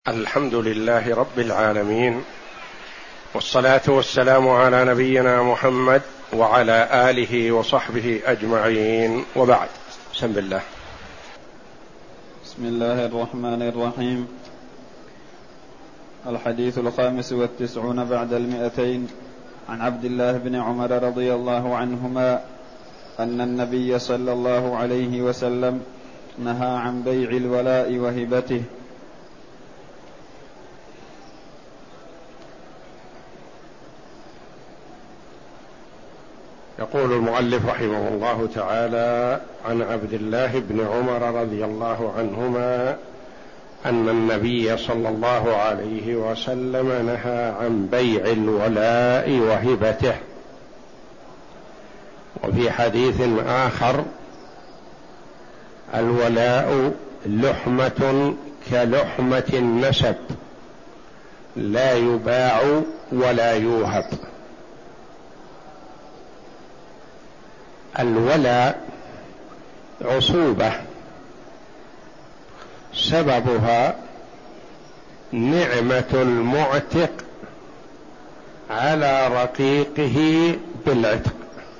الحمد لله رب العالمين، والصلاة والسلام على نبينا محمد وعلى آله وصحبه أجمعين، وبعد. بسم الله. بسم الله الرحمن الرحيم. الحديث 95 بعد 200 عن عبد الله بن عمر رضي الله عنهما أن النبي صلى الله عليه وسلم نهى عن بيع الولاء وهبته. يقول المؤلف رحمه الله تعالى: عن عبد الله بن عمر رضي الله عنهما أن النبي صلى الله عليه وسلم نهى عن بيع الولاء وهبته. وفي حديث آخر: الولاء لحمة كلحمة النسب، لا يباع ولا يوهب. الولاء عصوبة سببها نعمة المعتق على رقيقه بالعتق،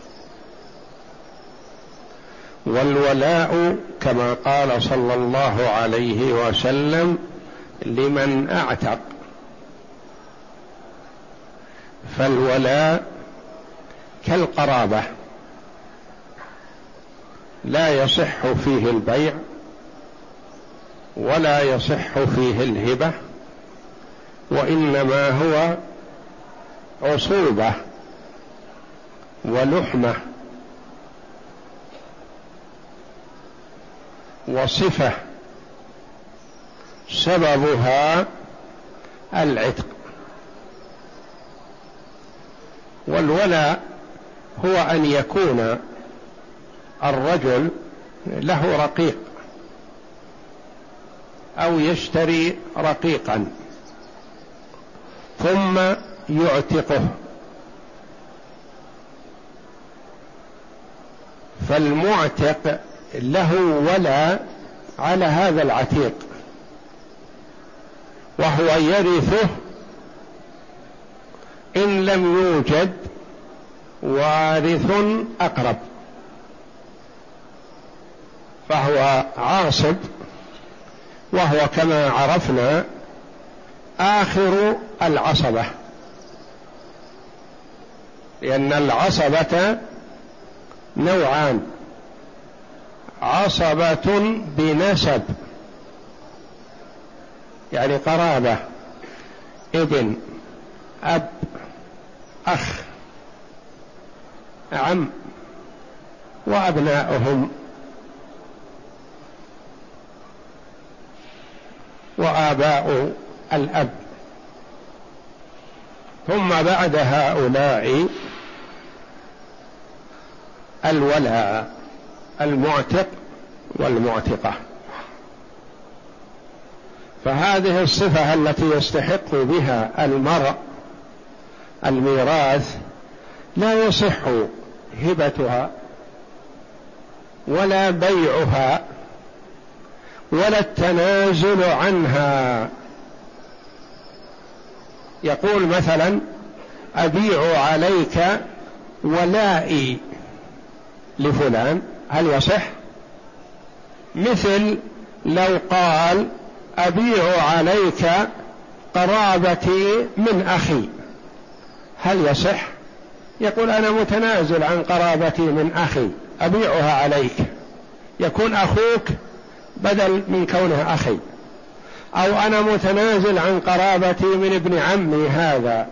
والولاء كما قال صلى الله عليه وسلم: لمن أعتق. فالولاء كالقرابة، لا يصح فيه البيع ولا يصح فيه الهبة، وإنما هو عصوبة ولحمة وصفة سببها العتق. والولاء هو أن يكون الرجل له رقيق أو يشتري رقيقا ثم يعتقه، فالمعتق له ولاء على هذا العتيق، وهو يرثه إن لم يوجد وارث أقرب، فهو عاصب، وهو كما عرفنا آخر العصبة، لأن العصبة نوعان: عصبة بنسب يعني قرابة، ابن، أب، أخ، عم، وأبناؤهم وآباء الأب. ثم بعد هؤلاء الولاء، المعتق والمعتقة. فهذه الصفة التي يستحق بها المرء الميراث لا يصح هبتها ولا بيعها ولا التنازل عنها. يقول مثلا: أبيع عليك ولائي لفلان، هل يصح؟ مثل لو قال: أبيع عليك قرابتي من أخي، هل يصح؟ يقول: أنا متنازل عن قرابتي من أخي، أبيعها عليك، يكون أخوك بدل من كونه أخي. أو أنا متنازل عن قرابتي من ابن عمي هذا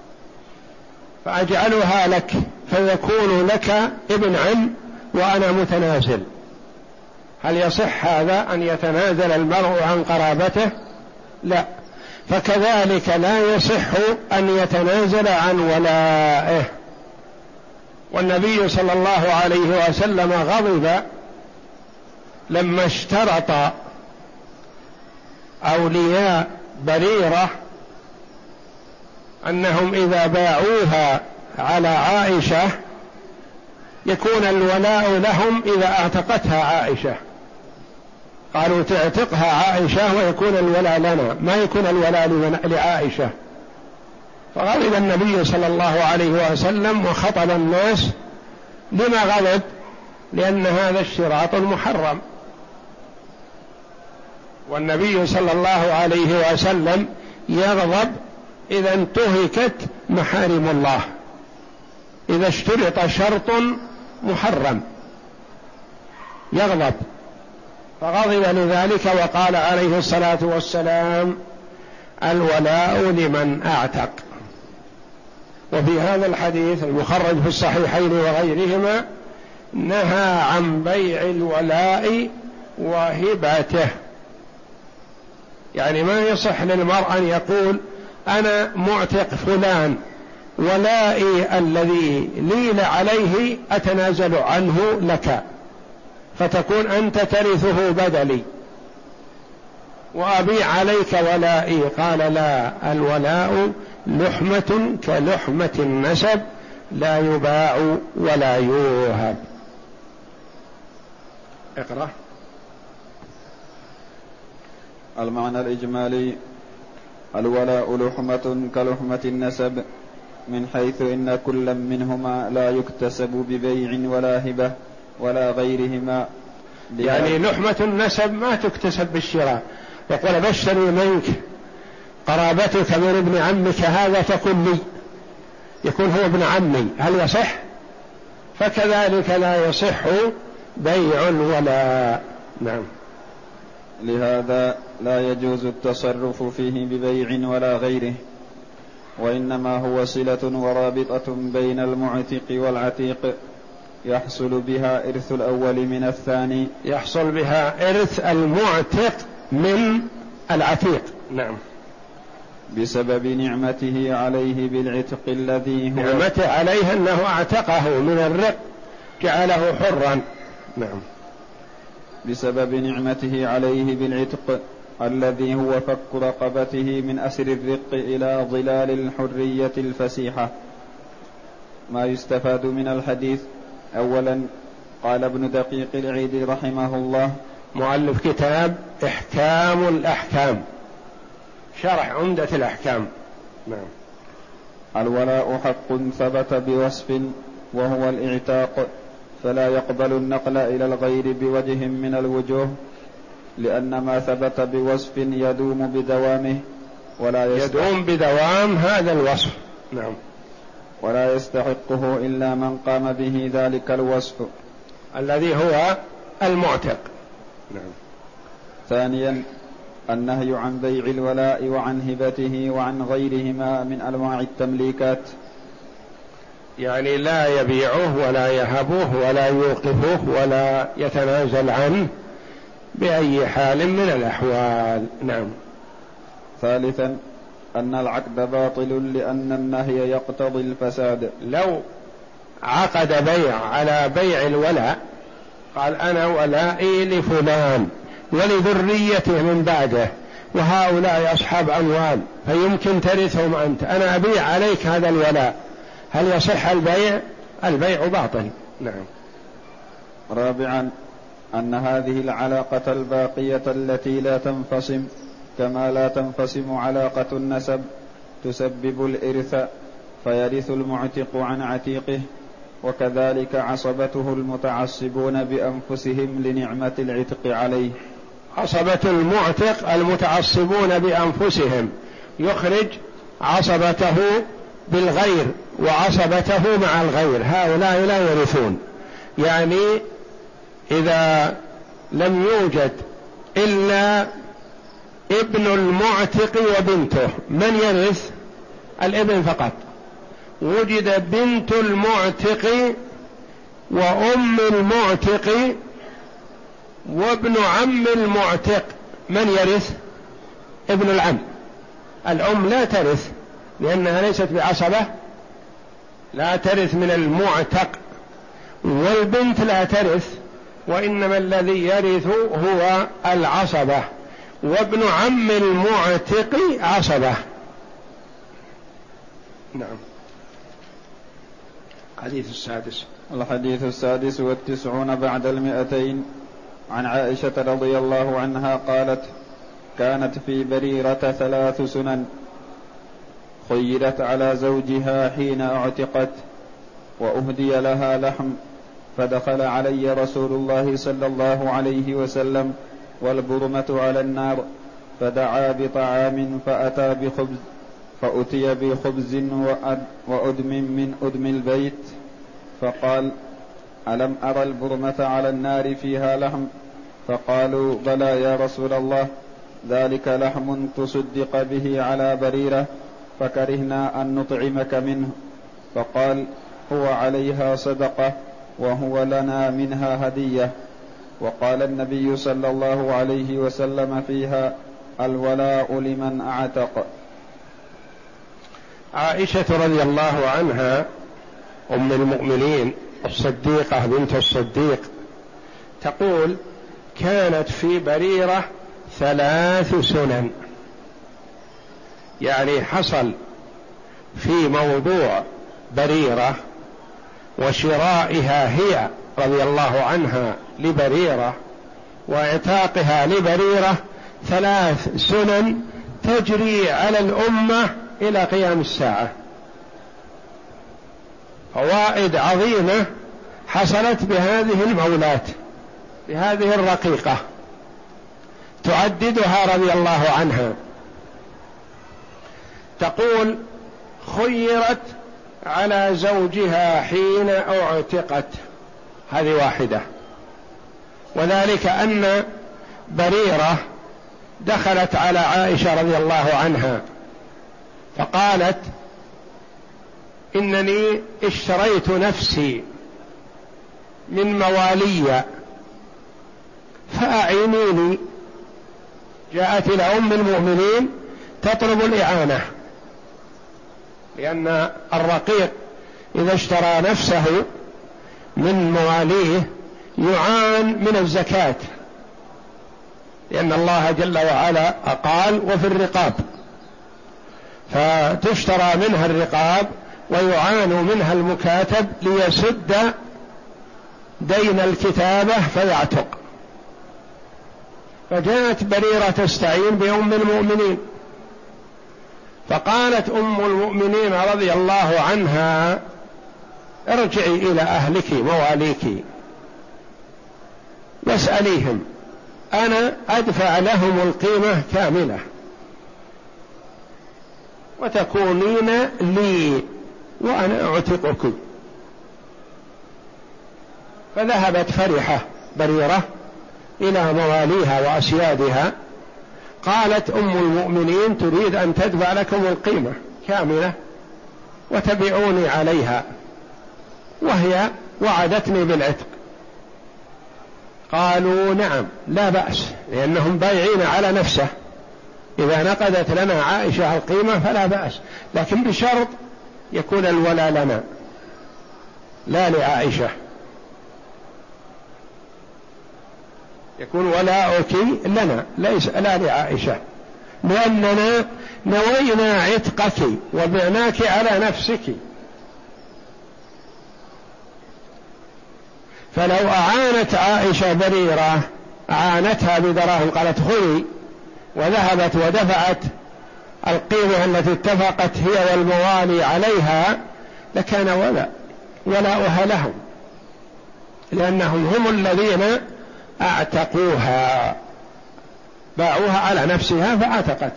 فأجعلها لك، فيكون لك ابن عم وأنا متنازل. هل يصح هذا أن يتنازل المرء عن قرابته؟ لا. فكذلك لا يصح أن يتنازل عن ولائه. والنبي صلى الله عليه وسلم غضب لما اشترط أولياء بريرة أنهم إذا باعوها على عائشة يكون الولاء لهم إذا اعتقتها عائشة، قالوا تعتقها عائشة ويكون الولاء لنا، ما يكون الولاء لعائشة. فغضب النبي صلى الله عليه وسلم وخطب الناس. لما غضب؟ لأن هذا اشتراط محرم، والنبي صلى الله عليه وسلم يغضب إذا انتهكت محارم الله، إذا اشترط شرط محرم يغضب، فغضب لذلك وقال عليه الصلاة والسلام: الولاء لمن أعتق. وفي هذا الحديث المخرج في الصحيحين وغيرهما نهى عن بيع الولاء وهبته، يعني ما يصح للمرء أن يقول: أنا معتق فلان، ولائي الذي لي عليه أتنازل عنه لك، فتكون أنت ترثه بدلي وأبيع عليك ولائي. قال: لا، الولاء لحمة كلحمة النسب، لا يباع ولا يوهب. اقرأ. المعنى الإجمالي: الولاء لحمة كلحمة النسب، من حيث إن كل منهما لا يكتسب ببيع ولا هبة ولا غيرهما. يعني لحمة النسب ما تكتسب بالشراء، يقول: بشتري منك قرابتك من ابن عمك هذا تكون لي، يكون هو ابن عمي، هل يصح؟ فكذلك لا يصح بيع الولاء. نعم. لهذا لا يجوز التصرف فيه ببيع ولا غيره، وإنما هو صلة ورابطة بين المعتق والعتيق، يحصل بها إرث الأول من الثاني، يحصل بها إرث المعتق من العتيق. نعم. بسبب نعمته عليه بالعتق الذي هو نعمته عليه أنه اعتقه من الرق جعله حرا. نعم. بسبب نعمته عليه بالعتق الذي هو فك رقبته من أسر الرق إلى ظلال الحرية الفسيحة. ما يستفاد من الحديث: أولا، قال ابن دقيق العيد رحمه الله، مؤلف كتاب إحكام الأحكام، شرح عمدة الأحكام. نعم. الولاء حق ثبت بوصف وهو الإعتاق، فلا يقبل النقل إلى الغير بوجه من الوجوه، لأن ما ثبت بوصف يدوم بدوامه يدوم بدوام هذا الوصف. نعم. ولا يستحقه إلا من قام به ذلك الوصف الذي هو المعتق. نعم. ثانيا، النهي عن بيع الولاء وعن هبته وعن غيرهما من أنواع التمليكات، يعني لا يبيعه ولا يهبه ولا يوقفه ولا يتنازل عنه بأي حال من الأحوال. نعم. ثالثا، أن العقد باطل لأن النهي يقتضي الفساد. لو عقد بيع على بيع الولاء، قال: أنا ولائي لفلان ولذريته من بعده، وهؤلاء أصحاب أموال فيمكن ترثهم أنت، أنا أبيع عليك هذا الولاء، هل يصح البيع؟ البيع باطل. نعم. رابعا، أن هذه العلاقة الباقية التي لا تنفصم كما لا تنفصم علاقة النسب تسبب الإرث، فيرث المعتق عن عتيقه، وكذلك عصبته المتعصبون بأنفسهم لنعمة العتق عليه. عصبة المعتق المتعصبون بأنفسهم يخرج عصبته بالغير وعصبته مع الغير، هؤلاء لا يرثون. يعني إذا لم يوجد إلا ابن المعتق وبنته، من يرث؟ الابن فقط. وجد بنت المعتق وأم المعتق وابن عم المعتق، من يرث؟ ابن العم. الأم لا ترث لأنها ليست بعصبة، لا ترث من المعتق، والبنت لا ترث، وإنما الذي يرث هو العصبة، وابن عم المعتق عصبة. نعم. الحديث السادس والتسعون بعد 200. عن عائشة رضي الله عنها قالت: كانت في بريرة 3 سنن، خيرت على زوجها حين اعتقت، وأهدي لها لحم، فدخل علي رسول الله صلى الله عليه وسلم والبرمة على النار، فدعا بطعام فأتى بخبز، فأتي بخبز وأدم من أدم البيت، فقال: ألم أرى البرمة على النار فيها لحم؟ فقالوا: بلى يا رسول الله، ذلك لحم تصدق به على بريرة، فكرهنا أن نطعمك منه. فقال: هو عليها صدقة، وهو لنا منها هدية. وقال النبي صلى الله عليه وسلم فيها: الولاء لمن أعتق. عائشة رضي الله عنها أم المؤمنين الصديقة بنت الصديق تقول: كانت في بريرة 3 سنن، يعني حصل في موضوع بريرة وشرائها هي رضي الله عنها لبريرة واعتاقها لبريرة 3 سنن تجري على الأمة إلى قيام الساعة. فوائد عظيمة حصلت بهذه المولاة، بهذه الرقيقة تعددها رضي الله عنها. تقول: خيرت على زوجها حين اعتقت، هذه واحدة، وذلك أن بريرة دخلت على عائشة رضي الله عنها فقالت: إنني اشتريت نفسي من موالي فأعينيني. جاءت إلى أم المؤمنين تطلب الإعانة، لأن الرقيق إذا اشترى نفسه من مواليه يعان من الزكاة، لأن الله جل وعلا قال: وفي الرقاب، فتشترى منها الرقاب ويعان منها المكاتب ليسد دين الكتابة فيعتق. فجاءت بريرة تستعين بأم المؤمنين، فقالت أم المؤمنين رضي الله عنها: ارجعي إلى أهلك مواليك واسأليهم، أنا أدفع لهم القيمة كاملة وتكونين لي وأنا أعتقك. فذهبت فرحة بريرة إلى مواليها وأسيادها، قالت أم المؤمنين: تريد أن تدفع لكم القيمة كاملة وتبيعوني عليها، وهي وعدتني بالعتق. قالوا: نعم لا بأس، لأنهم بايعين على نفسه، إذا نقدت لنا عائشة القيمة فلا بأس، لكن بشرط يكون الولاء لنا لا لعائشة، يكون ولاؤك لنا ليس لا لعائشة، لأننا نوينا عتقك وبعناك على نفسك. فلو أعانت عائشة بريرة، أعانتها بدراهم، قالت خذي، وذهبت ودفعت القيمة التي اتفقت هي والموالي عليها، لكان ولاؤها لهم، لأنهم هم الذين اعتقوها، باعوها على نفسها فاعتقت.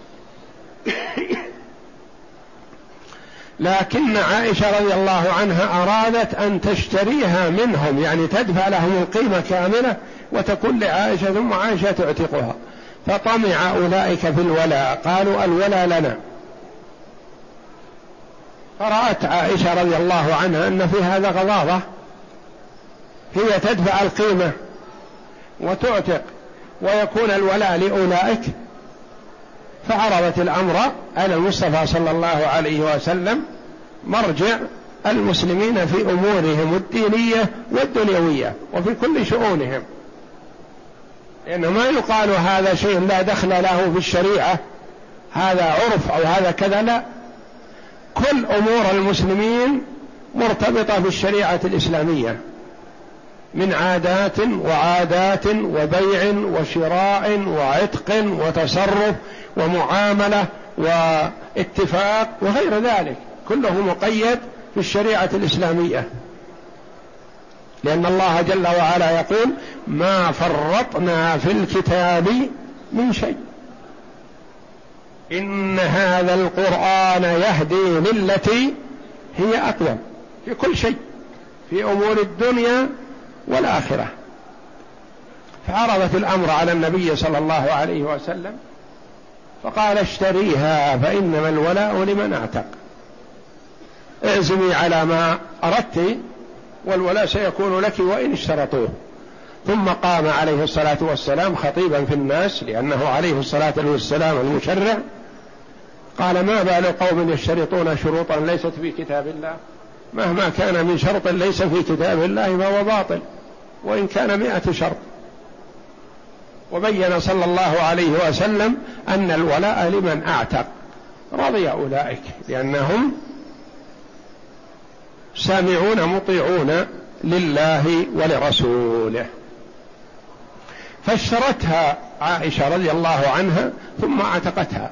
لكن عائشة رضي الله عنها أرادت أن تشتريها منهم، يعني تدفع لهم القيمة كاملة وتكون لعائشة، ثم عائشة تعتقها. فطمع أولئك في الولاء، قالوا: الولاء لنا. فرأت عائشة رضي الله عنها أن في هذا غضاضة، هي تدفع القيمة وتعتق ويكون الولاء لأولئك، فعرضت الأمر على المصطفى صلى الله عليه وسلم مرجع المسلمين في أمورهم الدينية والدنيوية وفي كل شؤونهم، لأنه ما يقال هذا شيء لا دخل له في الشريعة، هذا عرف أو هذا كذا، لا، كل أمور المسلمين مرتبطة بالشريعة الإسلامية، من عادات وبيع وشراء وعتق وتصرف ومعاملة واتفاق وغير ذلك، كله مقيد في الشريعة الإسلامية، لأن الله جل وعلا يقول: ما فرطنا في الكتاب من شيء، إن هذا القرآن يهدي للتي هي أقوم، في كل شيء، في أمور الدنيا والآخرة. فعرضت الأمر على النبي صلى الله عليه وسلم فقال: اشتريها فإنما الولاء لمن أعتق، اعزمي على ما أردت والولاء سيكون لك وإن اشترطوه. ثم قام عليه الصلاة والسلام خطيبا في الناس، لأنه عليه الصلاة والسلام المشرع، قال: ما بال قوم يشترطون شروطا ليست في كتاب الله، مهما كان من شرط ليس في كتاب الله فهو باطل وإن كان 100 شرط. وبين صلى الله عليه وسلم أن الولاء لمن أعتق، رضي أولئك لأنهم سامعون مطيعون لله ولرسوله. فاشترتها عائشة رضي الله عنها ثم اعتقتها.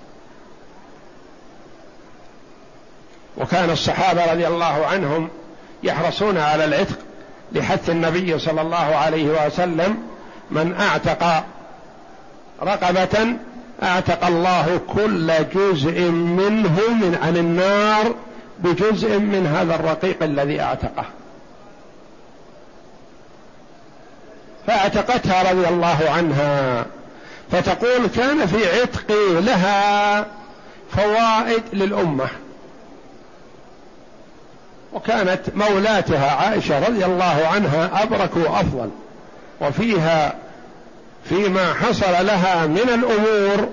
وكان الصحابة رضي الله عنهم يحرصون على العتق لحث النبي صلى الله عليه وسلم: من اعتق رقبة اعتق الله كل جزء منه عن النار بجزء من هذا الرقيق الذي اعتقه. فاعتقتها رضي الله عنها، فتقول: كان في عتقي لها فوائد للأمة. وكانت مولاتها عائشة رضي الله عنها أبرك وأفضل، وفيها فيما حصل لها من الأمور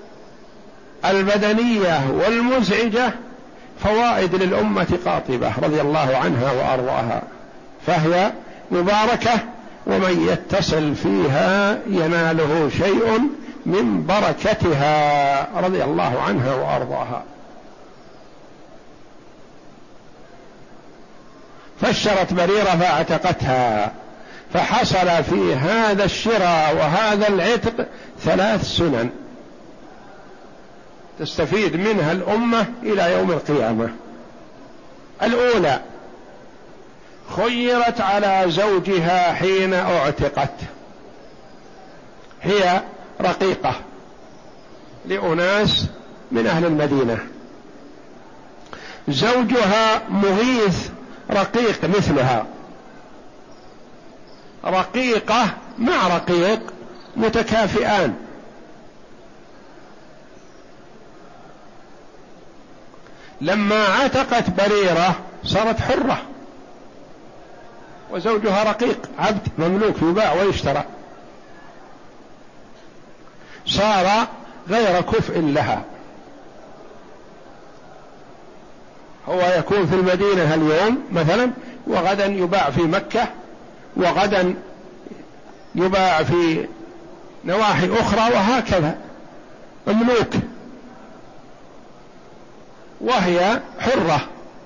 البدنية والمزعجة فوائد للأمة قاطبة رضي الله عنها وأرضاها، فهي مباركة، ومن يتصل فيها يناله شيء من بركتها رضي الله عنها وأرضاها. فاشترت بريرة فاعتقتها، فحصل في هذا الشراء وهذا العتق 3 سنن تستفيد منها الأمة إلى يوم القيامة. الأولى: خيرت على زوجها حين اعتقت، هي رقيقة لأناس من أهل المدينة، زوجها مغيث رقيق مثلها، رقيقة مع رقيق متكافئان. لما عتقت بريرة صارت حرة، وزوجها رقيق عبد مملوك يباع ويشترى، صار غير كفء لها. هو يكون في المدينة اليوم مثلا، وغدا يباع في مكة، وغدا يباع في نواحي أخرى، وهكذا مملوك، وهي حرة.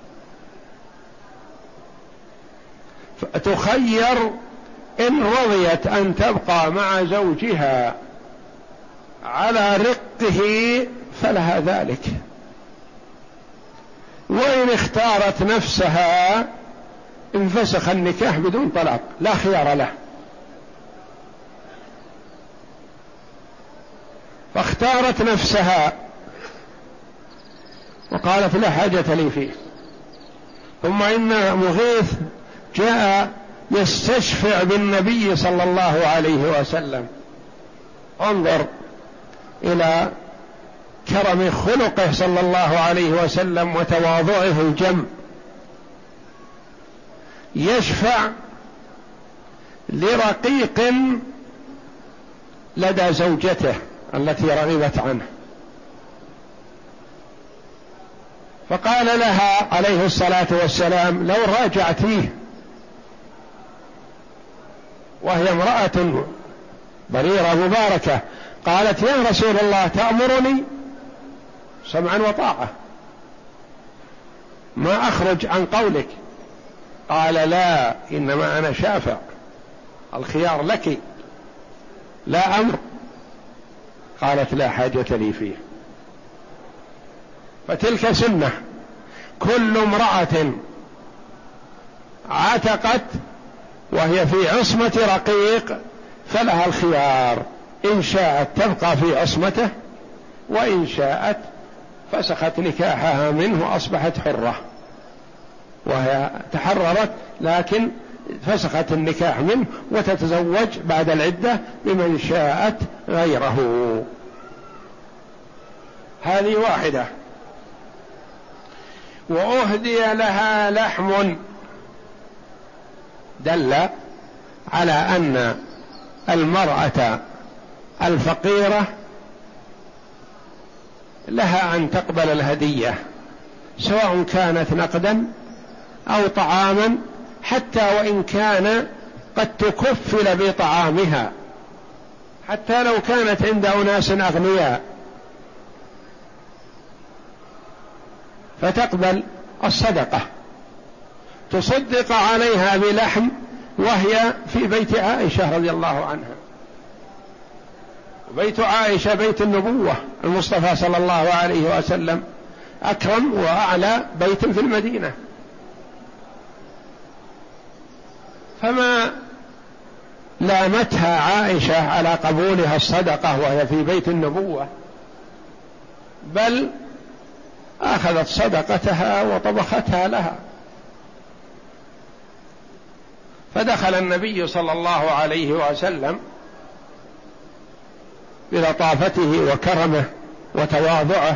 تخير إن رضيت أن تبقى مع زوجها على رقه فلها ذلك، وإن اختارت نفسها انفسخ النكاح بدون طلاق، لا خيار له. فاختارت نفسها وقالت: لا حاجة لي فيه. ثم إن مغيث جاء يستشفع بالنبي صلى الله عليه وسلم. انظر إلى كرم خلقه صلى الله عليه وسلم وتواضعه الجم، يشفع لرقيق لدى زوجته التي رغبت عنه. فقال لها عليه الصلاة والسلام: لو راجعتيه، وهي امرأة بريرة مباركة، قالت: يا رسول الله تأمرني؟ سمعا وطاعة، ما أخرج عن قولك. قال: لا، إنما أنا شافع. الخيار لك لا أمر. قالت لا حاجة لي فيه. فتلك سنة، كل امرأة عتقت وهي في عصمة رقيق فلها الخيار، إن شاءت تبقى في عصمته، وإن شاءت فسخت نكاحها منه وأصبحت حرة، وهي تحررت لكن فسخت النكاح منه وتتزوج بعد العدة بمن شاءت غيره. هذه واحدة. وأهدي لها لحم، دل على أن المرأة الفقيرة لها أن تقبل الهدية، سواء كانت نقدا أو طعاما، حتى وإن كان قد تكفل بطعامها، حتى لو كانت عند أناس أغنياء فتقبل الصدقة، تصدق عليها بلحم وهي في بيت عائشة رضي الله عنها. بيت عائشة بيت النبوة، المصطفى صلى الله عليه وسلم أكرم وأعلى بيت في المدينة، فما لامتها عائشة على قبولها الصدقة وهي في بيت النبوة، بل أخذت صدقتها وطبختها لها. فدخل النبي صلى الله عليه وسلم بلطافته وكرمه وتواضعه،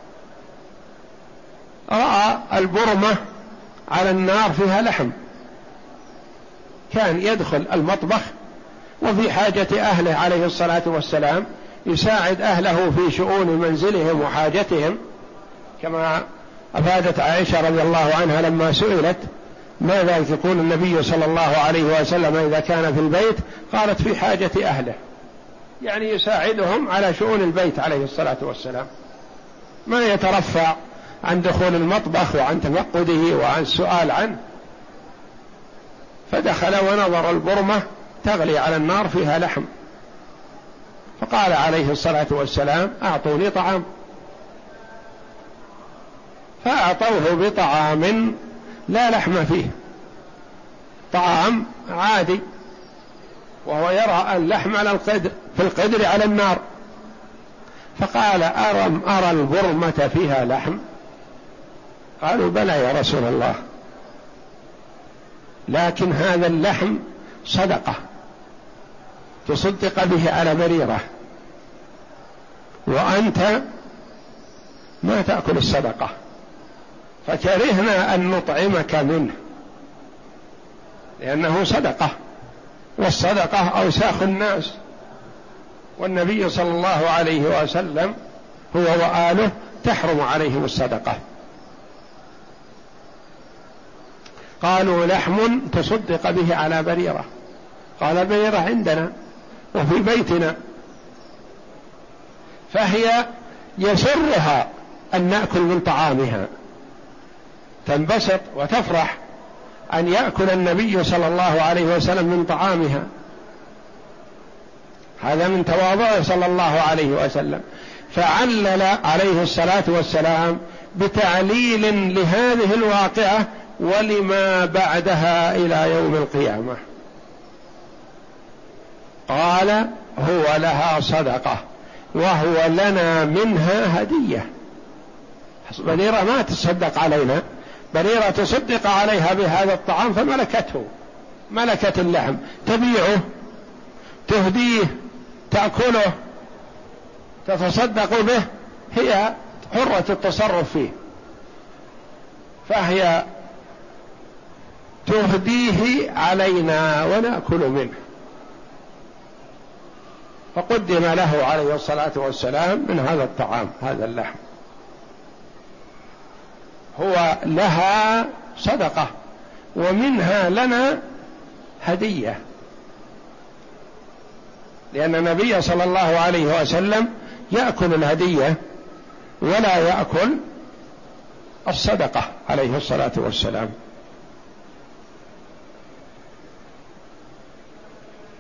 رأى البرمة على النار فيها لحم، كان يدخل المطبخ وفي حاجة أهله عليه الصلاة والسلام، يساعد أهله في شؤون منزلهم وحاجتهم، كما أفادت عائشة رضي الله عنها لما سئلت ماذا يكون النبي صلى الله عليه وسلم إذا كان في البيت، قالت في حاجة أهله، يعني يساعدهم على شؤون البيت عليه الصلاة والسلام، ما يترفع عن دخول المطبخ وعن تفقده وعن السؤال عنه. فدخل ونظر البرمة تغلي على النار فيها لحم، فقال عليه الصلاة والسلام أعطوني طعام، فأعطوه بطعام لا لحم فيه، طعام عادي، وهو يرى اللحم على القدر في القدر على النار، فقال أرى البرمة فيها لحم؟ قالوا بلى يا رسول الله، لكن هذا اللحم صدقة تصدق به على بريرة، وأنت ما تأكل الصدقة، فكرهنا أن نطعمك منه لأنه صدقة، والصدقة أوساخ الناس، والنبي صلى الله عليه وسلم هو وآله تحرم عليهم الصدقة. قالوا لحم تصدق به على بريرة، قال بريرة عندنا وفي بيتنا، فهي يسرها أن نأكل من طعامها، تنبسط وتفرح أن يأكل النبي صلى الله عليه وسلم من طعامها، هذا من تواضعه صلى الله عليه وسلم. فعلل عليه الصلاة والسلام بتعليل لهذه الواقعة ولما بعدها إلى يوم القيامة، قال هو لها صدقة وهو لنا منها هدية. بريرة ما تصدق علينا، بريرة تصدق عليها بهذا الطعام فملكته، ملكت اللحم، تبيعه، تهديه، تأكله، تتصدق به، هي حرة التصرف فيه، فهي تهديه علينا ونأكل منه. فقدم له عليه الصلاة والسلام من هذا الطعام، هذا اللحم، هو لها صدقة ومنها لنا هدية، لأن النبي صلى الله عليه وسلم يأكل الهدية ولا يأكل الصدقة عليه الصلاة والسلام.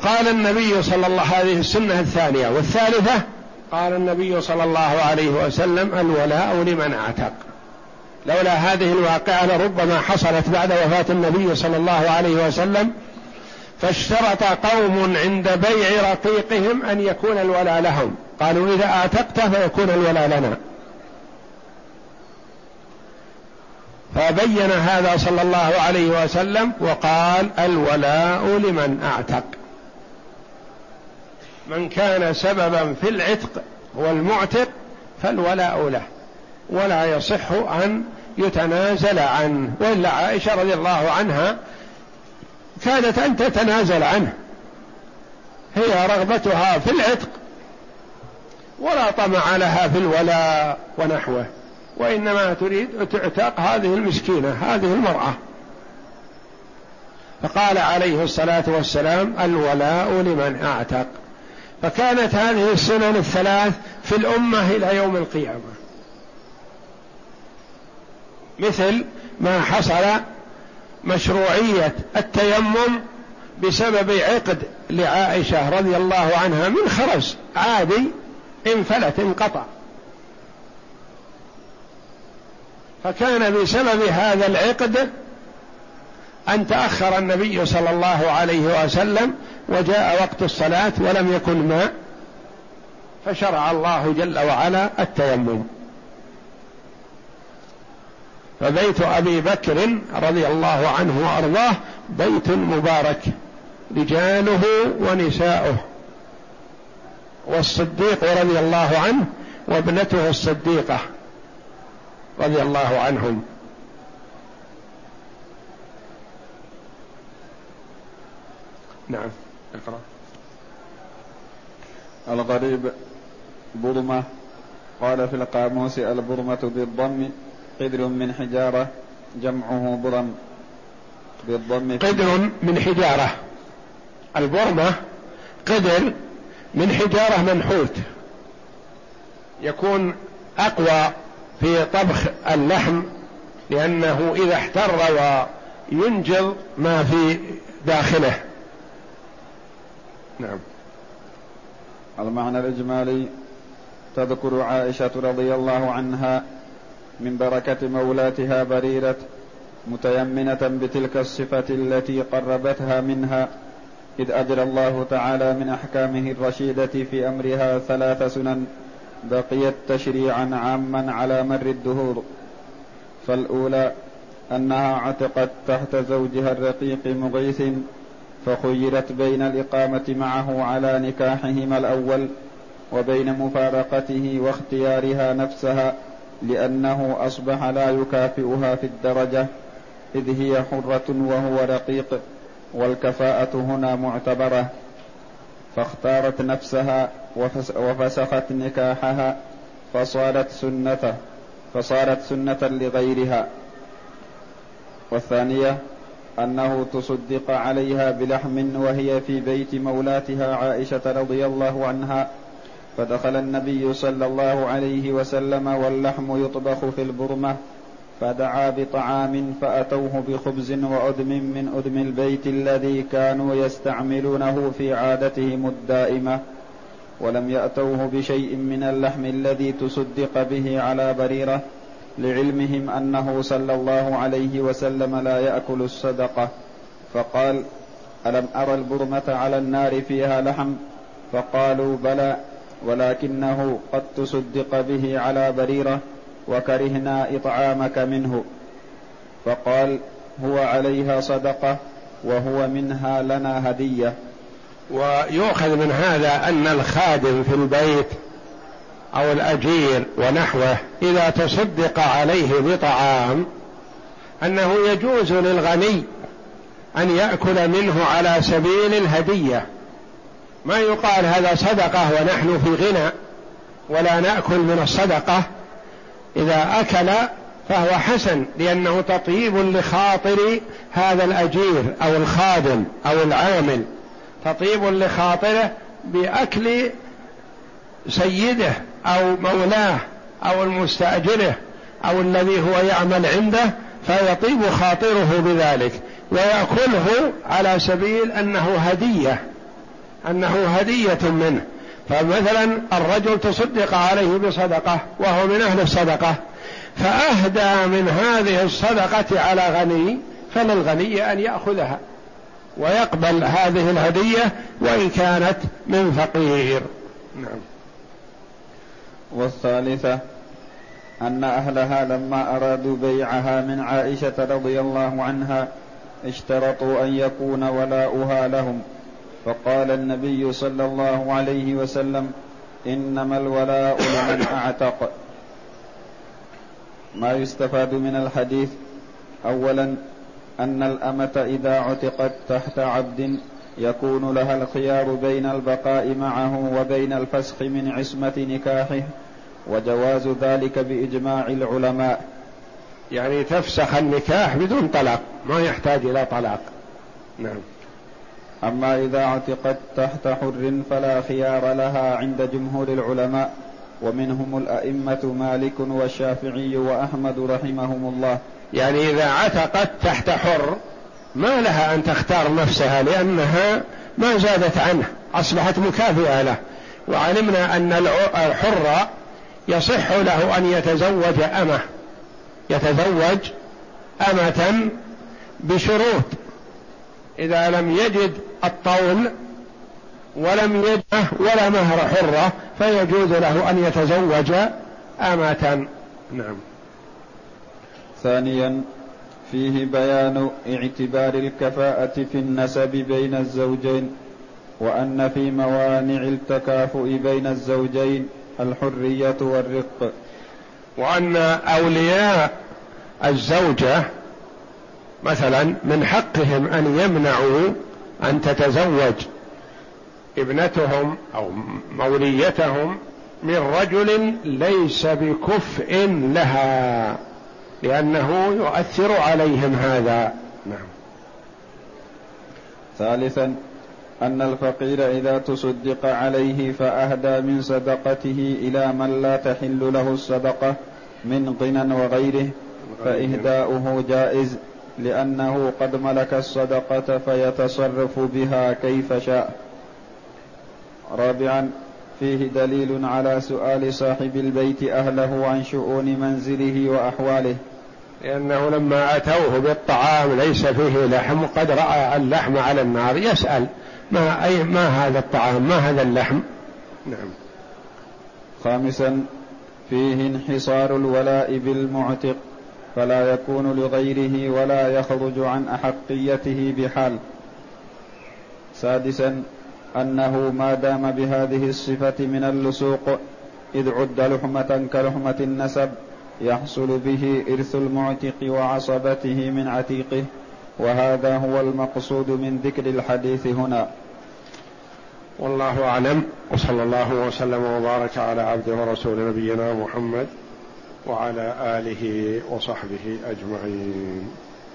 فقال النبي صلى الله عليه وسلم السنة الثانية. والثالثة قال النبي صلى الله عليه وسلم الولاء لمن اعتق. لولا هذه الواقعة لربما حصلت بعد وفاة النبي صلى الله عليه وسلم، فاشترط قوم عند بيع رقيقهم أن يكون الولاء لهم، قالوا إذا اعتقته فيكون الولاء لنا، فبين هذا صلى الله عليه وسلم وقال الولاء لمن اعتق. من كان سببا في العتق والمعتق فالولاء له، ولا يصح أن يتنازل عنه. وإلا عائشة رضي الله عنها كانت أن تتنازل عنه، هي رغبتها في العتق ولا طمع لها في الولاء ونحوه، وإنما تريد تعتق هذه المسكينة هذه المرأة. فقال عليه الصلاة والسلام الولاء لمن اعتق. فكانت هذه السنن الثلاث في الأمة إلى يوم القيامة، مثل ما حصل مشروعية التيمم بسبب عقد لعائشة رضي الله عنها من خرز عادي انفلت انقطع، فكان بسبب هذا العقد أن تأخر النبي صلى الله عليه وسلم وجاء وقت الصلاة ولم يكن ماء، فشرع الله جل وعلا التيمم. فبيت أبي بكر رضي الله عنه وأرضاه بيت مبارك، رجاله ونساؤه، والصديق رضي الله عنه وابنته الصديقة رضي الله عنهم. نعم اقرأ. الغريب برمة. قال في القاموس البرمة بالضم قدر من حجارة، جمعه برم بالضم قدر من حجارة. البرمة قدر من حجارة منحوت، يكون أقوى في طبخ اللحم لأنه إذا احتر وينجل ما في داخله. نعم. المعنى الإجمالي: تذكر عائشة رضي الله عنها من بركة مولاتها بريرة متيمنة بتلك الصفة التي قربتها منها، إذ أجرى الله تعالى من أحكامه الرشيدة في أمرها 3 سنن بقيت تشريعا عاما على مر الدهور. فالأولى أنها عتقت تحت زوجها الرقيق مغيث، فخيرت بين الإقامة معه على نكاحهما الأول وبين مفارقته واختيارها نفسها، لأنه أصبح لا يكافئها في الدرجة، إذ هي حرة وهو رقيق، والكفاءة هنا معتبرة، فاختارت نفسها وفسخت نكاحها فصارت سنة لغيرها. والثانية أنه تصدق عليها بلحم وهي في بيت مولاتها عائشة رضي الله عنها، فدخل النبي صلى الله عليه وسلم واللحم يطبخ في البرمة، فدعا بطعام فأتوه بخبز وأدم من أدم البيت الذي كانوا يستعملونه في عادتهم الدائمة، ولم يأتوه بشيء من اللحم الذي تصدق به على بريرة، لعلمهم أنه صلى الله عليه وسلم لا يأكل الصدقة. فقال: ألم أرى البرمة على النار فيها لحم؟ فقالوا: بلى، ولكنه قد تصدق به على بريرة وكرهنا إطعامك منه. فقال: هو عليها صدقة وهو منها لنا هدية. ويؤخذ من هذا أن الخادم في البيت أو الأجير ونحوه إذا تصدق عليه بطعام أنه يجوز للغني أن يأكل منه على سبيل الهدية، ما يقال هذا صدقة ونحن في غنى ولا نأكل من الصدقة. إذا أكل فهو حسن، لأنه تطيب لخاطر هذا الأجير أو الخادم أو العامل، تطيب لخاطره بأكل سيده أو مولاه أو المستأجره أو الذي هو يعمل عنده، فيطيب خاطره بذلك ويأكله على سبيل أنه هدية أنه هدية منه. فمثلا الرجل تصدق عليه بصدقة وهو من أهل الصدقة، فأهدى من هذه الصدقة على غني، فللغني أن يأخذها ويقبل هذه الهدية وإن كانت من فقير. نعم. والثالثة أن أهلها لما أرادوا بيعها من عائشة رضي الله عنها اشترطوا أن يكون ولاؤها لهم، فقال النبي صلى الله عليه وسلم: إنما الولاء لمن أعتق. ما يستفاد من الحديث: أولا أن الأمة إذا عتقت تحت عبد يكون لها الخيار بين البقاء معه وبين الفسخ من عصمة نكاحه، وجواز ذلك بإجماع العلماء. يعني تفسخ النكاح بدون طلاق، ما يحتاج إلى طلاق. نعم. أما إذا عتقت تحت حر فلا خيار لها عند جمهور العلماء، ومنهم الأئمة مالك والشافعي وأحمد رحمهم الله. يعني إذا عتقت تحت حر ما لها أن تختار نفسها، لأنها ما زادت عنه، أصبحت مكافئة له. وعلمنا أن الحر يصح له أن يتزوج أمة، يتزوج أمة بشروط: إذا لم يجد الطول ولم يجد ولا مهر حرة فيجوز له أن يتزوج أمة. نعم. ثانيا فيه بيان اعتبار الكفاءة في النسب بين الزوجين، وأن في موانع التكافؤ بين الزوجين الحرية والرق، وأن أولياء الزوجة مثلا من حقهم أن يمنعوا أن تتزوج ابنتهم أو موليتهم من رجل ليس بكفء لها، لأنه يؤثر عليهم هذا. نعم. ثالثا أن الفقير إذا تصدق عليه فأهدى من صدقته إلى من لا تحل له الصدقة من غنى وغيره فإهداؤه جائز، لأنه قد ملك الصدقة فيتصرف بها كيف شاء. رابعا فيه دليل على سؤال صاحب البيت أهله عن شؤون منزله وأحواله، لأنه لما أتوه بالطعام ليس فيه لحم قد رأى اللحم على النار يسأل: ما هذا الطعام، ما هذا اللحم؟ نعم. خامسا فيه انحصار الولاء بالمعتق، فلا يكون لغيره ولا يخرج عن أحقيته بحال. سادسا أنه ما دام بهذه الصفة من اللصوق إذ عد لحمة كلحمة النسب يحصل به إرث المعتق وعصبته من عتيقه، وهذا هو المقصود من ذكر الحديث هنا. والله أعلم، وصلى الله وسلم وبارك على عبد ورسول نبينا محمد وعلى آله وصحبه أجمعين.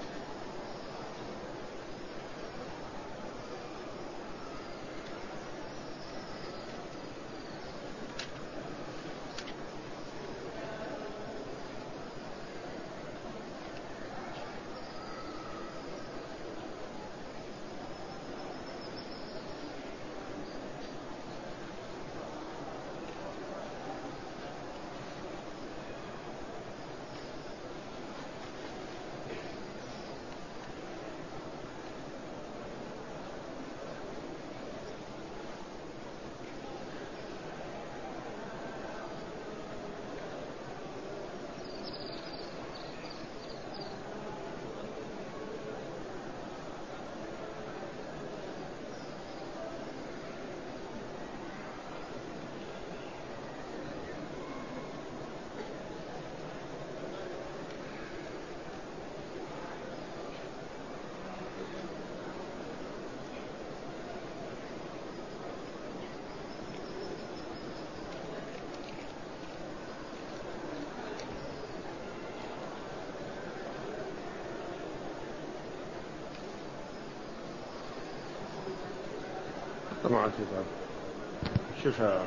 مع الكتاب شفاء.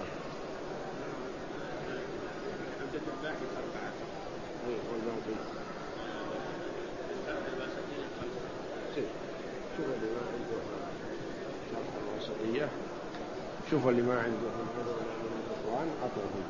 شوف الوسطية شوفوا اللي ما عنده من الإخوان أعطوهم.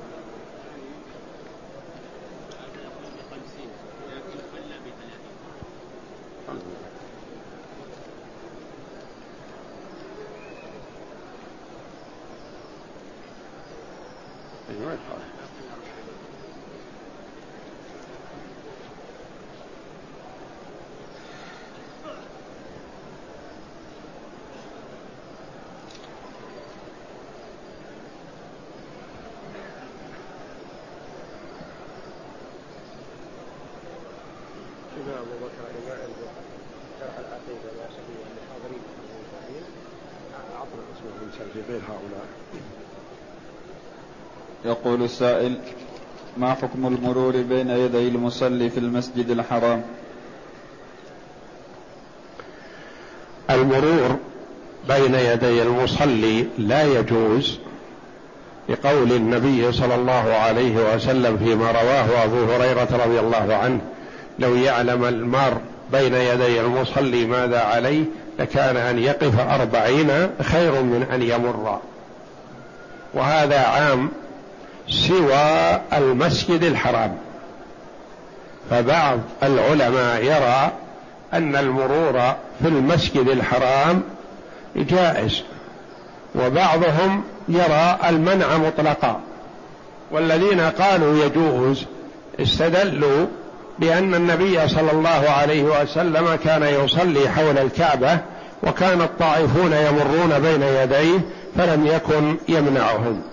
أبو بكر ما عنده شرح العقيدة يا سبيل الحاضرين أعطنا اسمهم سجل غير هؤلاء. يقول السائل: ما حكم المرور بين يدي المصلي في المسجد الحرام؟ المرور بين يدي المصلي لا يجوز، لقول النبي صلى الله عليه وسلم فيما رواه أبو هريرة رضي الله عنه: لو يعلم المار بين يدي المصلي ماذا عليه لكان أن يقف 40 خير من أن يمر. وهذا عام سوى المسجد الحرام، فبعض العلماء يرى أن المرور في المسجد الحرام جائز، وبعضهم يرى المنع مطلقا. والذين قالوا يجوز استدلوا بأن النبي صلى الله عليه وسلم كان يصلي حول الكعبة وكان الطائفون يمرون بين يديه فلم يكن يمنعهم،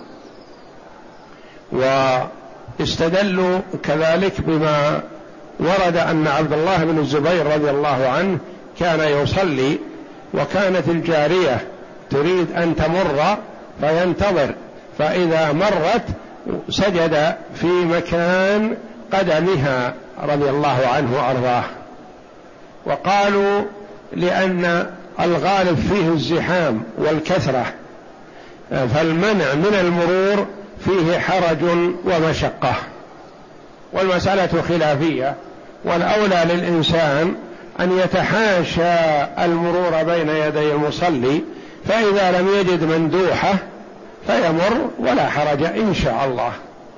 واستدلوا كذلك بما ورد أن عبد الله بن الزبير رضي الله عنه كان يصلي وكانت الجارية تريد أن تمر فينتظر، فإذا مرت سجد في مكان قدمها رضي الله عنه وأرضاه. وقالوا لأن الغالب فيه الزحام والكثرة، فالمنع من المرور فيه حرج ومشقة، والمسألة خلافية، والأولى للإنسان أن يتحاشى المرور بين يدي المصلي، فإذا لم يجد مندوحة فيمر ولا حرج إن شاء الله.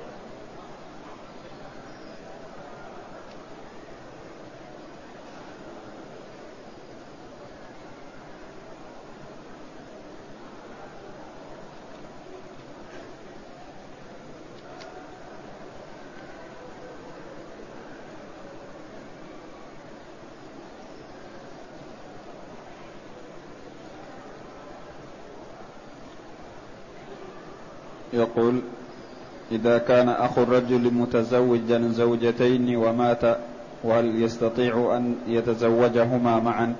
يقول: إذا كان أخو الرجل متزوجا زوجتين ومات، وهل يستطيع أن يتزوجهما معا؟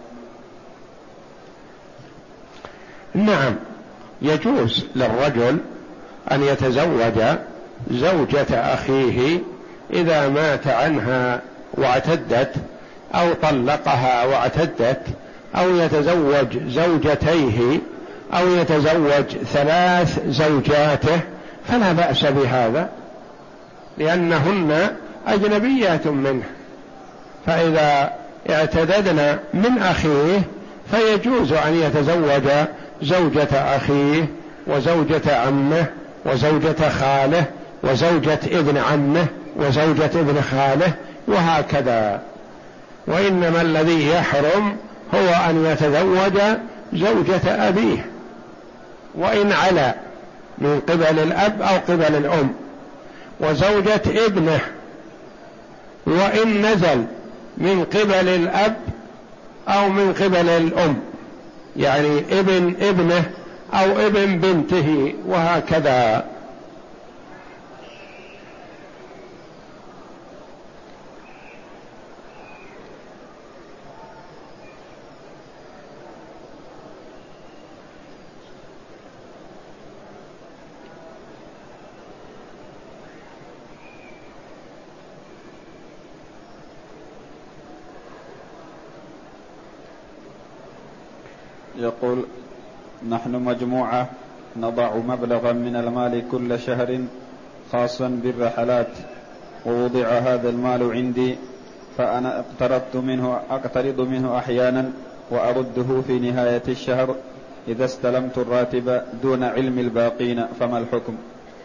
نعم، يجوز للرجل أن يتزوج زوجة أخيه إذا مات عنها واعتدت، أو طلقها واعتدت، أو يتزوج زوجتيه، أو يتزوج 3 زوجاته، فلا بأس بهذا، لأنهن أجنبيات منه، فإذا اعتددن من أخيه فيجوز أن يتزوج زوجة أخيه وزوجة عمه وزوجة خاله وزوجة ابن عمه وزوجة ابن خاله وهكذا. وإنما الذي يحرم هو أن يتزوج زوجة أبيه، وإن علا من قبل الأب أو قبل الأم، وزوجة ابنه وإن نزل من قبل الأب أو من قبل الأم، يعني ابن ابنه أو ابن بنته وهكذا. يقول: نحن مجموعة نضع مبلغا من المال كل شهر خاصا بالرحلات، ووضع هذا المال عندي، فأنا أقترض منه أحيانا وأرده في نهاية الشهر، إذا استلمت الراتب دون علم الباقين فما الحكم؟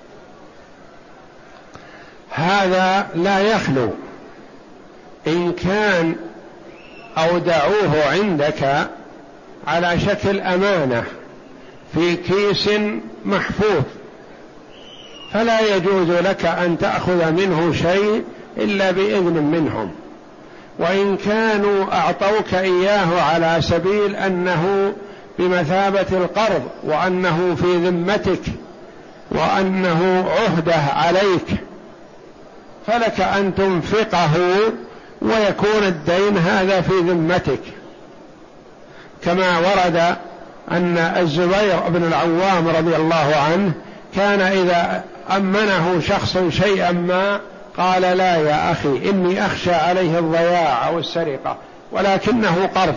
هذا لا يخلو، إن كان أودعوه عندك على شكل أمانة في كيس محفوظ فلا يجوز لك أن تأخذ منه شيء إلا بإذن منهم، وإن كانوا أعطوك إياه على سبيل أنه بمثابة القرض وأنه في ذمتك وأنه عهده عليك فلك أن تنفقه ويكون الدين هذا في ذمتك، كما ورد أن الزبير بن العوام رضي الله عنه كان إذا أمنه شخص شيئا ما قال لا يا أخي إني أخشى عليه الضياع أو السرقة ولكنه قرض،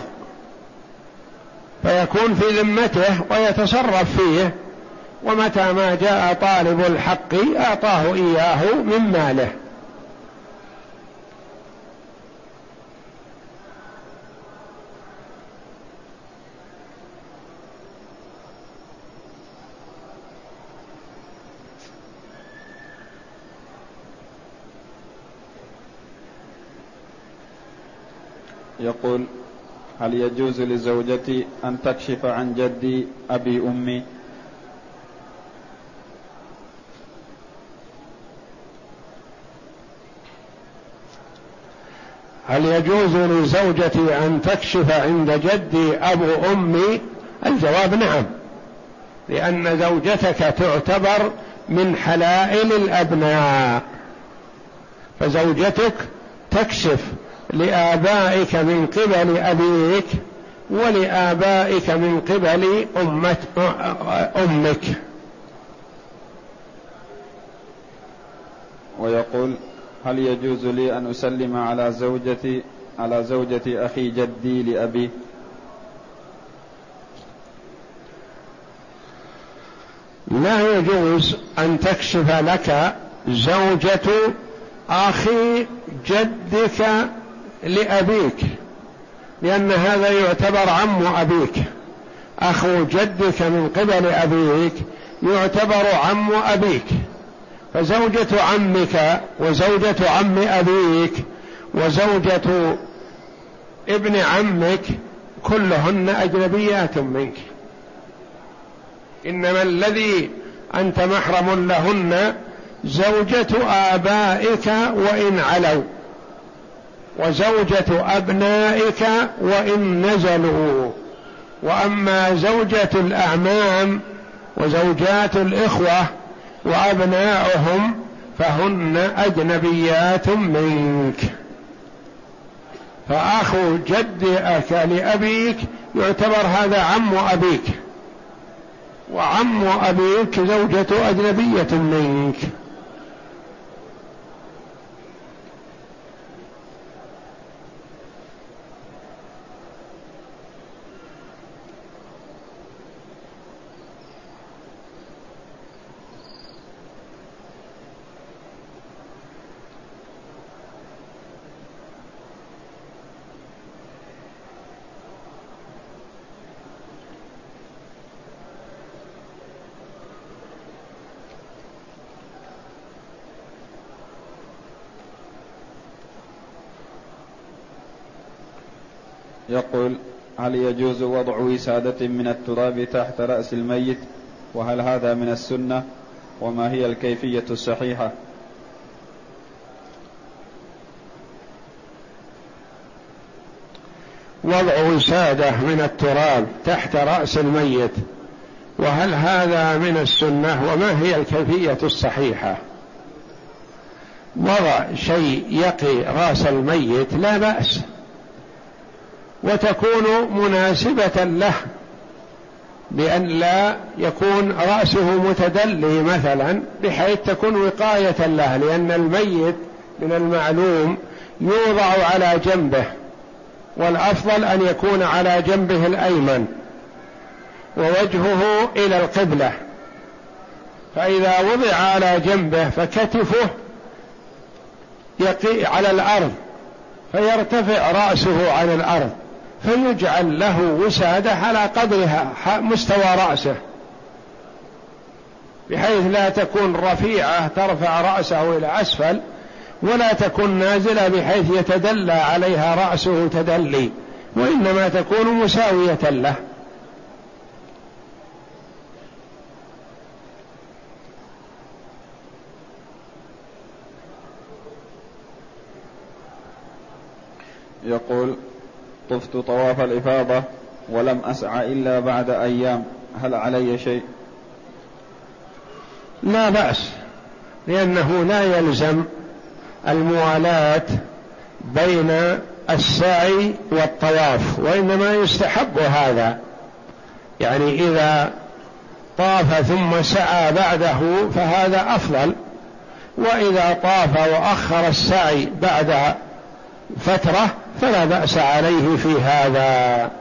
فيكون في ذمته ويتصرف فيه، ومتى ما جاء طالب الحق أعطاه إياه من ماله. يقول: هل يجوز لزوجتي أن تكشف عن جدي أبي أمي؟ هل يجوز لزوجتي أن تكشف عند جدي أبو أمي؟ الجواب نعم، لأن زوجتك تعتبر من حلائل الأبناء، فزوجتك تكشف لآبائك من قبل أبيك ولآبائك من قبل أمك. ويقول: هل يجوز لي أن أسلم على زوجة أخي جدي لأبي؟ لا يجوز أن تكشف لك زوجة أخي جدك لأبيك، لأن هذا يعتبر عم أبيك، أخو جدك من قبل أبيك يعتبر عم أبيك، فزوجة عمك وزوجة عم أبيك وزوجة ابن عمك كلهن أجنبيات منك، إنما الذي أنت محرم لهن زوجة آبائك وإن علوا، وزوجة أبنائك وإن نزلوا، وأما زوجة الأعمام وزوجات الإخوة وأبناؤهم فهن أجنبيات منك. فأخو جدك لأبيك يعتبر هذا عم أبيك، وعم أبيك زوجة أجنبية منك. يقول: هل يجوز وضع وسادة من التراب تحت رأس الميت؟ وهل هذا من السنة؟ وما هي الكيفية الصحيحة؟ وضع وسادة من التراب تحت رأس الميت، وهل هذا من السنة؟ وما هي الكيفية الصحيحة؟ وضع شيء يقي رأس الميت لا بأس، وتكون مناسبة له بأن لا يكون رأسه متدلي مثلا، بحيث تكون وقاية له، لأن الميت من المعلوم يوضع على جنبه، والأفضل أن يكون على جنبه الأيمن ووجهه إلى القبلة، فإذا وضع على جنبه فكتفه يقي على الأرض فيرتفع رأسه عن الأرض، فيجعل له وسادة على قدرها مستوى رأسه، بحيث لا تكون رفيعة ترفع رأسه إلى أسفل، ولا تكون نازلة بحيث يتدلى عليها رأسه تدلي، وإنما تكون مساوية له. يقول: طفت طواف الإفاضة ولم أسعى إلا بعد أيام، هل علي شيء؟ لا بأس، لأنه لا يلزم الموالاة بين السعي والطواف، وإنما يستحب هذا، يعني إذا طاف ثم سعى بعده فهذا أفضل، وإذا طاف وأخر السعي بعد فترة فلا بأس عليه في هذا.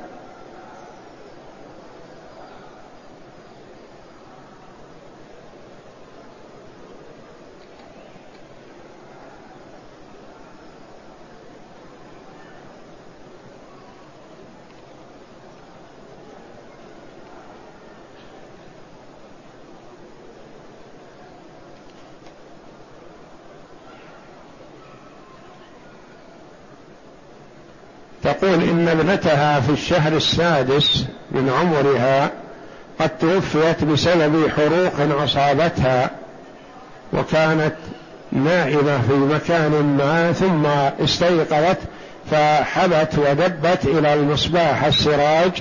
تقول إن ابنتها في الشهر السادس من عمرها قد توفيت بسبب حروق أصابتها، وكانت نائمة في مكان ما، ثم استيقظت فحبت ودبت إلى المصباح السراج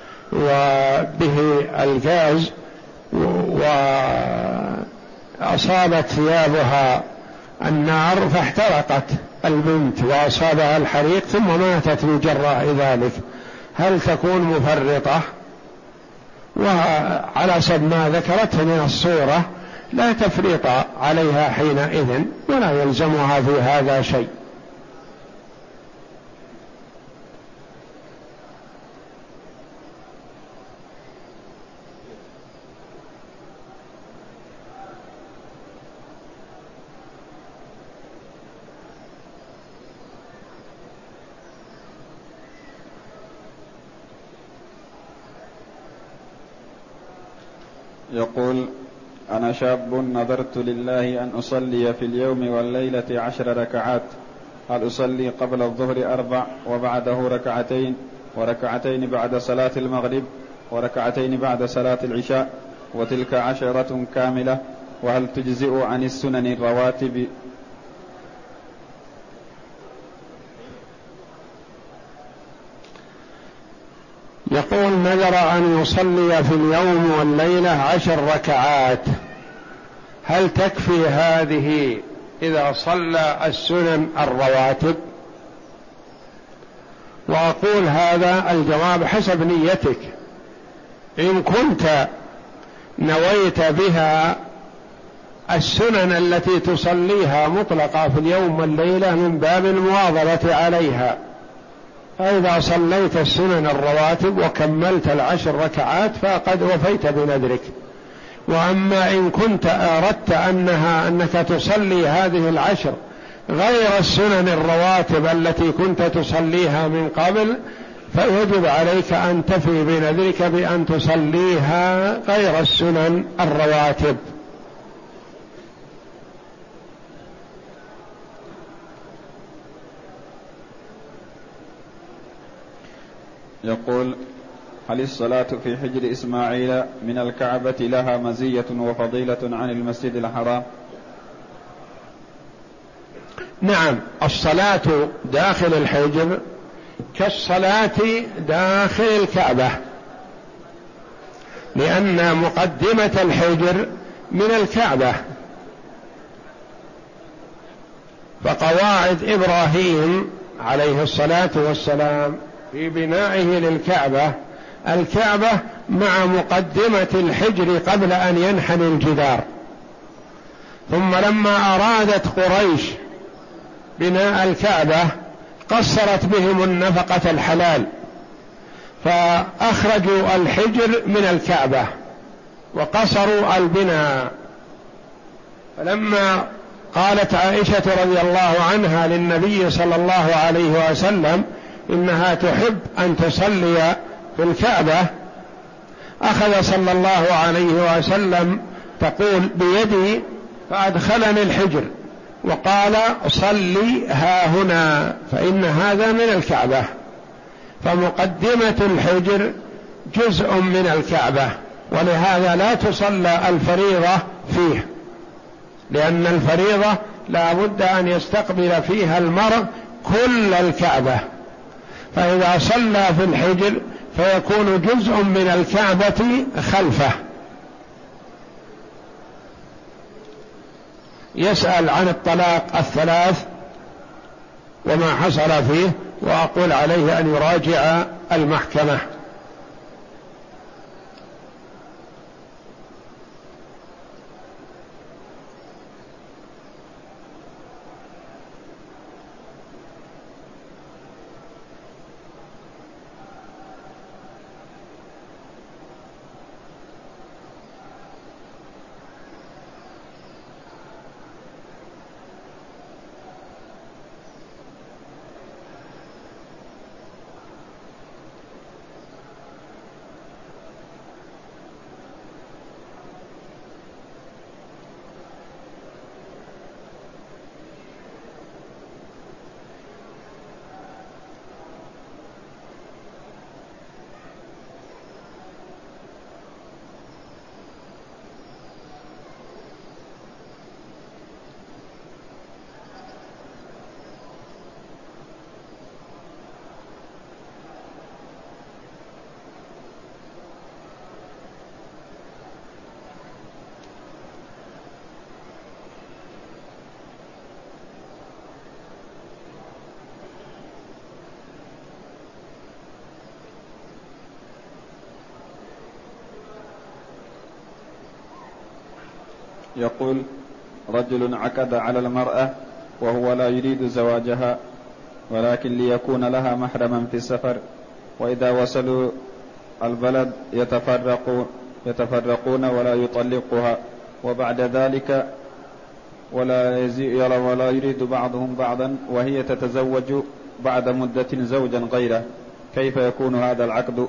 وبه الغاز، وأصابت ثيابها النار فاحترقت البنت وأصابها الحريق ثم ماتت بجراء ذلك، هل تكون مفرطة؟ وعلى حسب ما ذكرته من الصورة لا تفريط عليها حينئذ، ولا يلزمها في هذا شيء. يقول: أنا شاب نذرت لله أن أصلي في اليوم والليلة 10 ركعات، هل أصلي قبل الظهر 4 وبعده 2 وركعتين بعد صلاة المغرب وركعتين بعد صلاة العشاء، وتلك 10 كاملة، وهل تجزئ عن السنن الرواتب؟ يقول: نذر أن يصلي في اليوم والليلة 10 ركعات، هل تكفي هذه إذا صلى السنن الرواتب؟ وأقول هذا الجواب حسب نيتك، إن كنت نويت بها السنن التي تصليها مطلقة في اليوم والليلة من باب المواظبة عليها، فإذا صليت السنن الرواتب وكملت 10 ركعات فقد وفيت بنذرك. وأما إن كنت أردت أنك تصلي هذه 10 غير السنن الرواتب التي كنت تصليها من قبل، فيجب عليك أن تفي بنذرك بأن تصليها غير السنن الرواتب. يقول: هل الصلاة في حجر إسماعيل من الكعبة لها مزية وفضيلة عن المسجد الحرام؟ نعم، الصلاة داخل الحجر كالصلاة داخل الكعبة، لأن مقدمة الحجر من الكعبة، فقواعد إبراهيم عليه الصلاة والسلام في بنائه للكعبة، الكعبة مع مقدمة الحجر قبل أن ينحني الجدار، ثم لما أرادت قريش بناء الكعبة قصرت بهم النفقة الحلال، فأخرجوا الحجر من الكعبة وقصروا البناء. فلما قالت عائشة رضي الله عنها للنبي صلى الله عليه وسلم: إنها تحب أن تصلي في الكعبة، أخذ صلى الله عليه وسلم تقول بيدي فأدخلني الحجر وقال صلي ها هنا فإن هذا من الكعبة. فمقدمة الحجر جزء من الكعبة، ولهذا لا تصلى الفريضة فيه، لأن الفريضة لا بد أن يستقبل فيها المرء كل الكعبة، فإذا صلى في الحجر فيكون جزء من الكعبة خلفه. يسأل عن الطلاق الثلاث وما حصل فيه، وأقول عليه أن يراجع المحكمة. يقول: رجل عقد على المرأة وهو لا يريد زواجها، ولكن ليكون لها محرما في السفر، وإذا وصلوا البلد يتفرقون ولا يطلقها، وبعد ذلك ولا يريد بعضهم بعضا، وهي تتزوج بعد مدة زوجا غيره، كيف يكون هذا العقد؟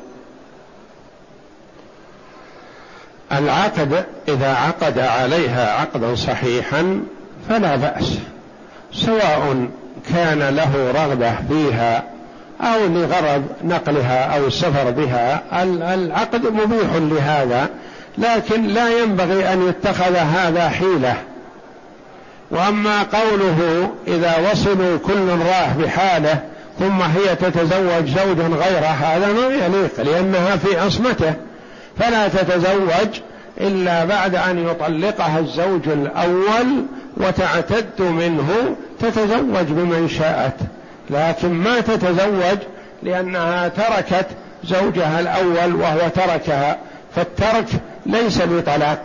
العقد إذا عقد عليها عقدا صحيحا فلا بأس، سواء كان له رغبة فيها أو لغرض نقلها أو السفر بها، العقد مبيح لهذا، لكن لا ينبغي أن يتخذ هذا حيلة. وأما قوله إذا وصلوا كل راح بحاله ثم هي تتزوج زوجا غيره، هذا ما يليق، لأنها في عصمته، فلا تتزوج إلا بعد أن يطلقها الزوج الأول وتعتد منه، تتزوج بمن شاءت، لكن ما تتزوج لأنها تركت زوجها الأول وهو تركها، فالترك ليس بطلاق.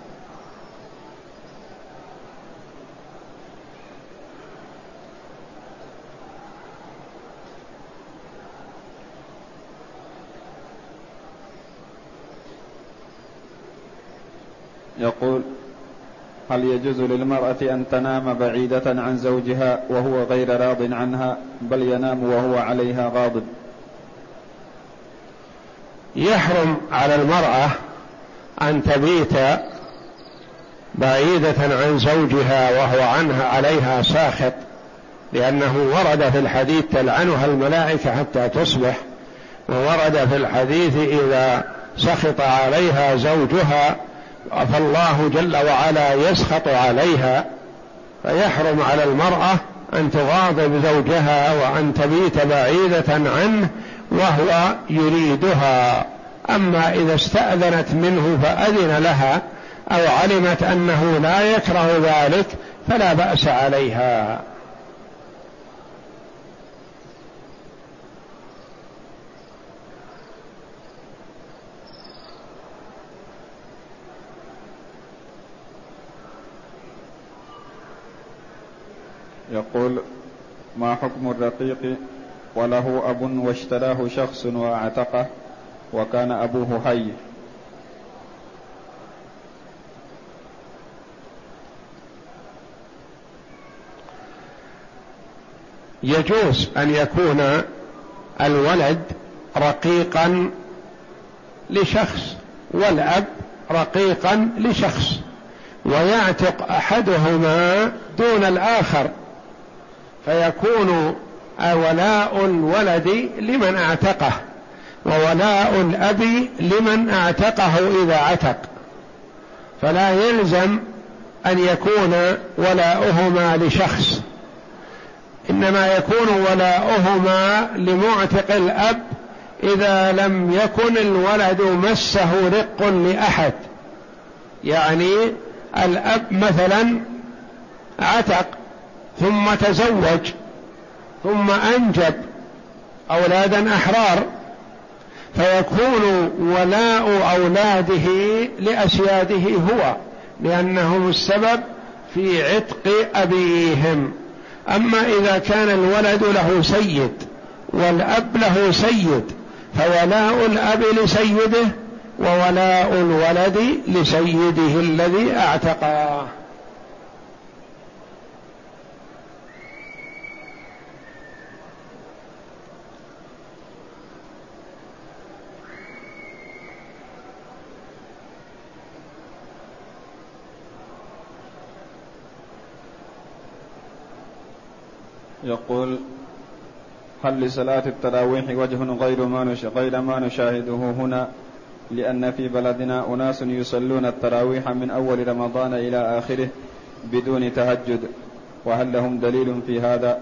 يقول: هل يجوز للمرأة أن تنام بعيدة عن زوجها وهو غير راض عنها، بل ينام وهو عليها غاضب؟ يحرم على المرأة أن تبيت بعيدة عن زوجها وهو عنها عليها ساخط، لأنه ورد في الحديث تلعنها الملائكة حتى تصبح، وورد في الحديث إذا سخط عليها زوجها فالله جل وعلا يسخط عليها. فيحرم على المرأة أن تغاضب زوجها وأن تبيت بعيدة عنه وهو يريدها. أما إذا استأذنت منه فأذن لها أو علمت أنه لا يكره ذلك فلا بأس عليها. يقول: ما حكم الرقيق وله أب واشتراه شخص واعتقه وكان أبوه حي؟ يجوز أن يكون الولد رقيقا لشخص والأب رقيقا لشخص، ويعتق أحدهما دون الآخر، فيكون ولاء الولد لمن اعتقه وولاء الأب لمن اعتقه إذا عتق، فلا يلزم أن يكون ولاؤهما لشخص، إنما يكون ولاؤهما لمعتق الأب إذا لم يكن الولد مسه رق لأحد. يعني الأب مثلا عتق ثم تزوج ثم أنجب أولادا أحرار، فيكون ولاء أولاده لأسياده هو، لأنهم السبب في عتق أبيهم. أما إذا كان الولد له سيد والأب له سيد فولاء الأب لسيده وولاء الولد لسيده الذي اعتقاه. يقول: هل لصلاة التراويح وجه غير ما نشاهده هنا؟ لأن في بلدنا أناس يصلون التراويح من أول رمضان إلى آخره بدون تهجد، وهل لهم دليل في هذا؟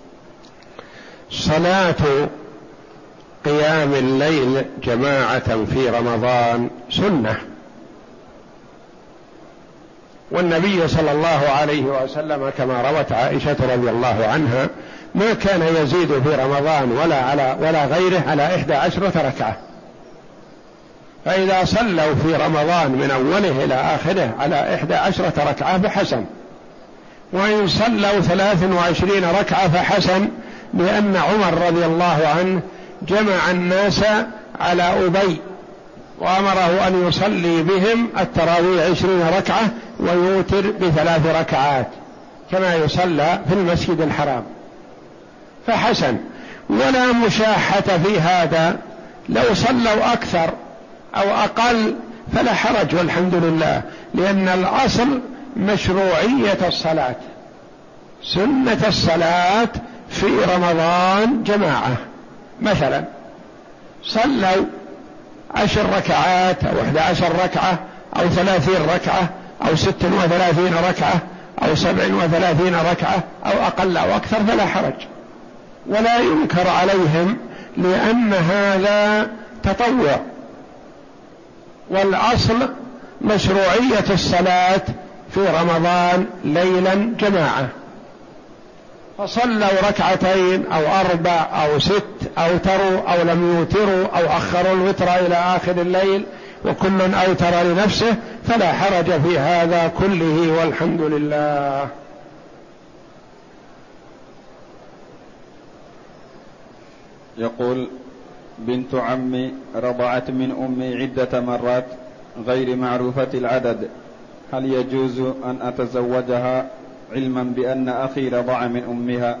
صلاة قيام الليل جماعة في رمضان سنة، والنبي صلى الله عليه وسلم كما روت عائشة رضي الله عنها ما كان يزيد في رمضان ولا غيره على 11 ركعة، فإذا صلوا في رمضان من أوله إلى آخره على 11 ركعة فحسن، وإن صلوا 23 ركعة فحسن، لأن عمر رضي الله عنه جمع الناس على أبي وأمره أن يصلي بهم التراويح 20 ركعة ويوتر ب3 ركعات كما يصلى في المسجد الحرام، فحسن، ولا مشاحة في هذا. لو صلوا أكثر أو أقل فلا حرج والحمد لله، لأن الأصل مشروعية الصلاة. سنة الصلاة في رمضان جماعة، مثلا صلوا 10 ركعات أو 11 ركعة أو 30 ركعة أو 36 ركعة أو 37 ركعة أو أقل أو أكثر فلا حرج، ولا ينكر عليهم، لأن هذا تطوع، والأصل مشروعية الصلاة في رمضان ليلا جماعة. فصلوا 2 أو 4 أو 6 أو تروا أو لم يوتروا أو أخروا الوتر إلى آخر الليل، وكل أوتر لنفسه، فلا حرج في هذا كله والحمد لله. يقول: بنت عمي رضعت من أمي عدة مرات غير معروفة العدد، هل يجوز أن أتزوجها علما بأن أخي رضع من أمها؟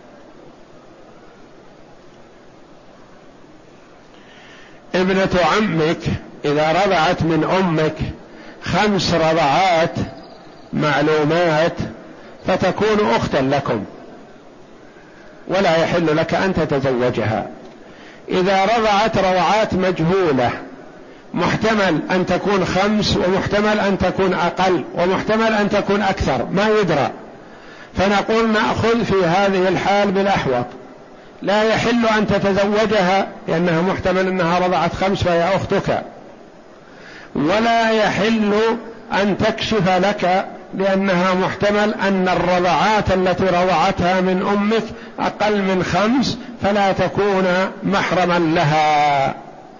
ابنة عمك إذا رضعت من أمك 5 رضعات معلومات فتكون أختا لكم، ولا يحل لك أن تتزوجها. إذا رضعت رضعات مجهولة، محتمل أن تكون 5 ومحتمل أن تكون أقل ومحتمل أن تكون أكثر، ما يدرى، فنقول نأخذ في هذه الحال بالأحوط. لا يحل أن تتزوجها لأنها محتمل أنها رضعت 5 فهي أختك، ولا يحل أن تكشف لك لأنها محتمل أن الرضعات التي رضعتها من أمك أقل من 5 فلا تكون محرما لها.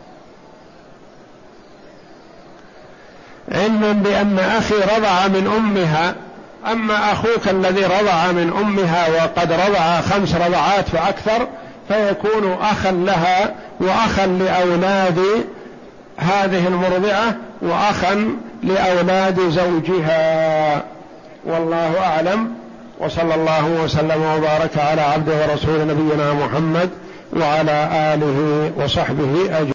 علما بأن أخي رضع من أمها، أما أخوك الذي رضع من أمها وقد رضع 5 رضعات فأكثر فيكون أخا لها وأخا لأولاد هذه المرضعة وأخا لأولاد زوجها، والله أعلم. وصلى الله وسلم وبارك على عبده ورسول نبينا محمد وعلى آله وصحبه أجمعين.